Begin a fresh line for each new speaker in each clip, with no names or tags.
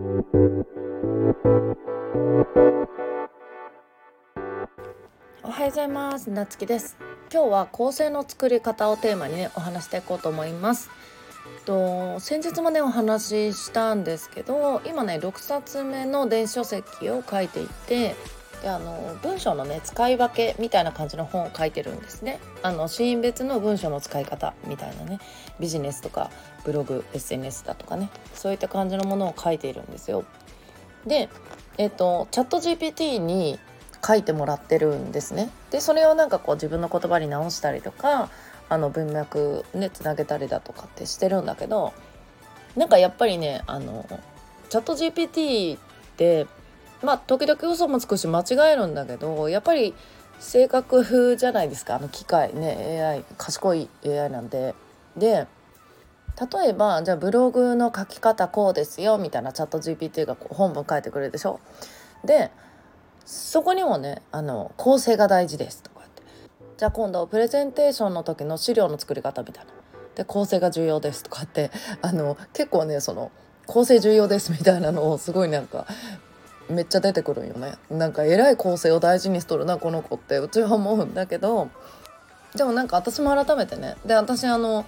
おはようございます。なつきです。今日は構成の作り方をテーマにねお話していこうと思います。先日もねお話ししたんですけど、今ね6冊目の電子書籍を書いていて、で文章のね使い分けみたいな感じの本を書いてるんですね。シーン別の文章の使い方みたいなね、ビジネスとかブログ SNS だとかね、そういった感じのものを書いているんですよ。でチャット GPT に書いてもらってるんですね。でそれをなんかこう自分の言葉に直したりとか、文脈ねつなげたりだとかってしてるんだけど、なんかやっぱりねチャット GPT って時々嘘もつくし間違えるんだけど、やっぱり正確風じゃないですか。機械ね AI 賢い AI なんで。で例えばじゃあブログの書き方こうですよみたいなチャット GPT がこう本文書いてくれるでしょ。でそこにもね構成が大事ですとかって、じゃあ今度プレゼンテーションの時の資料の作り方みたいなで構成が重要ですとかって結構ねその構成重要ですみたいなのをすごいなんかめっちゃ出てくるんよね。なんか偉い構成を大事にしとるなこの子ってうちは思うんだけど、でもなんか私も改めてね、で私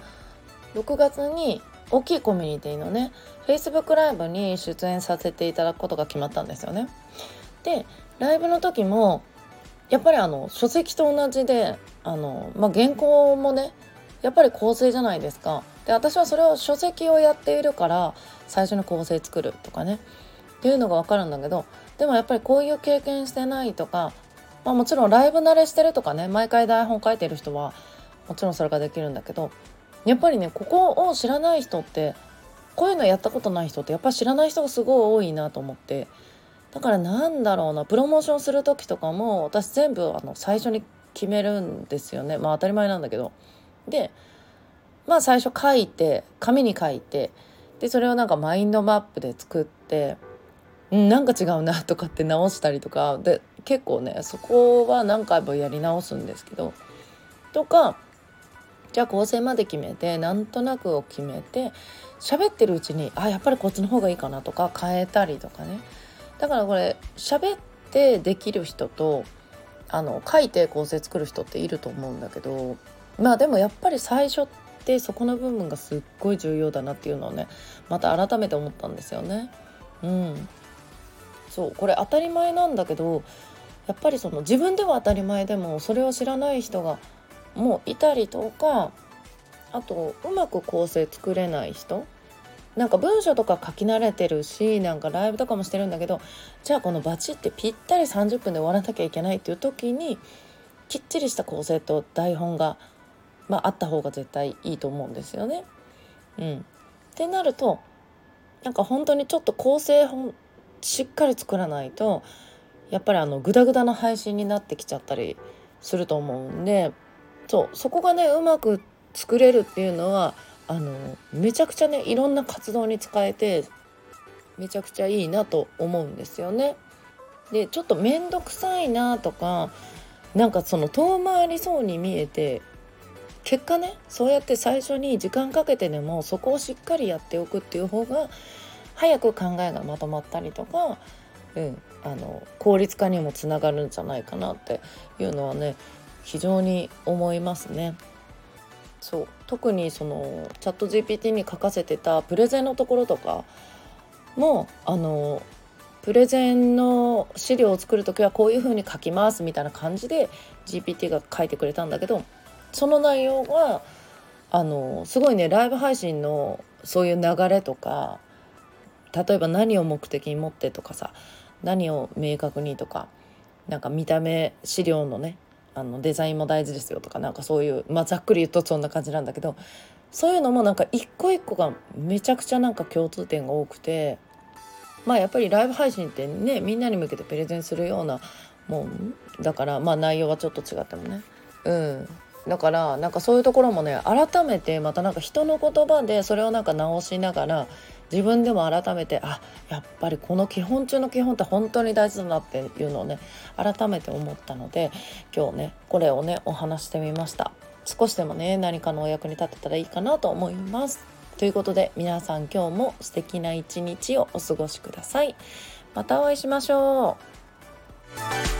6月に大きいコミュニティのね Facebook ライブに出演させていただくことが決まったんですよね。でライブの時もやっぱり書籍と同じで原稿もねやっぱり構成じゃないですか。で私はそれを書籍をやっているから最初に構成作るとかねっていうのが分かるんだけど、でもやっぱりこういう経験してないとか、もちろんライブ慣れしてるとかね、毎回台本書いてる人はもちろんそれができるんだけど、やっぱりねここを知らない人って、こういうのやったことない人ってやっぱり知らない人がすごい多いなと思って、だからなんだろうな、プロモーションする時とかも私全部最初に決めるんですよね。当たり前なんだけど。で最初書いて紙に書いて、でそれをなんかマインドマップで作って、なんか違うなとかって直したりとかで、結構ねそこは何回もやり直すんですけど、とかじゃあ構成まで決めてなんとなくを決めて喋ってるうちにやっぱりこっちの方がいいかなとか変えたりとかね。だからこれ喋ってできる人と書いて構成作る人っていると思うんだけど、でもやっぱり最初ってそこの部分がすっごい重要だなっていうのをねまた改めて思ったんですよね。そうこれ当たり前なんだけど、やっぱりその自分では当たり前でもそれを知らない人がもういたりとか、あとうまく構成作れない人、なんか文章とか書き慣れてるし、なんかライブとかもしてるんだけど、じゃあこのバチってぴったり30分で終わらなきゃいけないっていう時にきっちりした構成と台本が、あった方が絶対いいと思うんですよね。ってなるとなんか本当にちょっと構成本しっかり作らないとやっぱりグダグダな配信になってきちゃったりすると思うんで、そこがねうまく作れるっていうのはめちゃくちゃねいろんな活動に使えてめちゃくちゃいいなと思うんですよね。でちょっと面倒くさいなとか、なんかその遠回りそうに見えて、結果ねそうやって最初に時間かけてでもそこをしっかりやっておくっていう方が早く考えがまとまったりとか、効率化にもつながるんじゃないかなっていうのはね非常に思いますね。特にそのチャット GPT に書かせてたプレゼンのところとかもプレゼンの資料を作るときはこういう風に書きますみたいな感じで GPT が書いてくれたんだけど、その内容がすごいねライブ配信のそういう流れとか、例えば何を目的に持ってとかさ、何を明確にとか、なんか見た目資料のねデザインも大事ですよとか、なんかそういう、ざっくり言うとそんな感じなんだけど、そういうのもなんか一個一個がめちゃくちゃなんか共通点が多くて、やっぱりライブ配信ってねみんなに向けてプレゼンするようなもんだから、内容はちょっと違ってもね、だからなんかそういうところもね改めてまたなんか人の言葉でそれをなんか直しながら自分でも改めてやっぱりこの基本中の基本って本当に大事だなっていうのをね改めて思ったので、今日ねこれをねお話してみました。少しでもね何かのお役に立てたらいいかなと思います。 ということで皆さん今日も素敵な一日をお過ごしください。またお会いしましょう。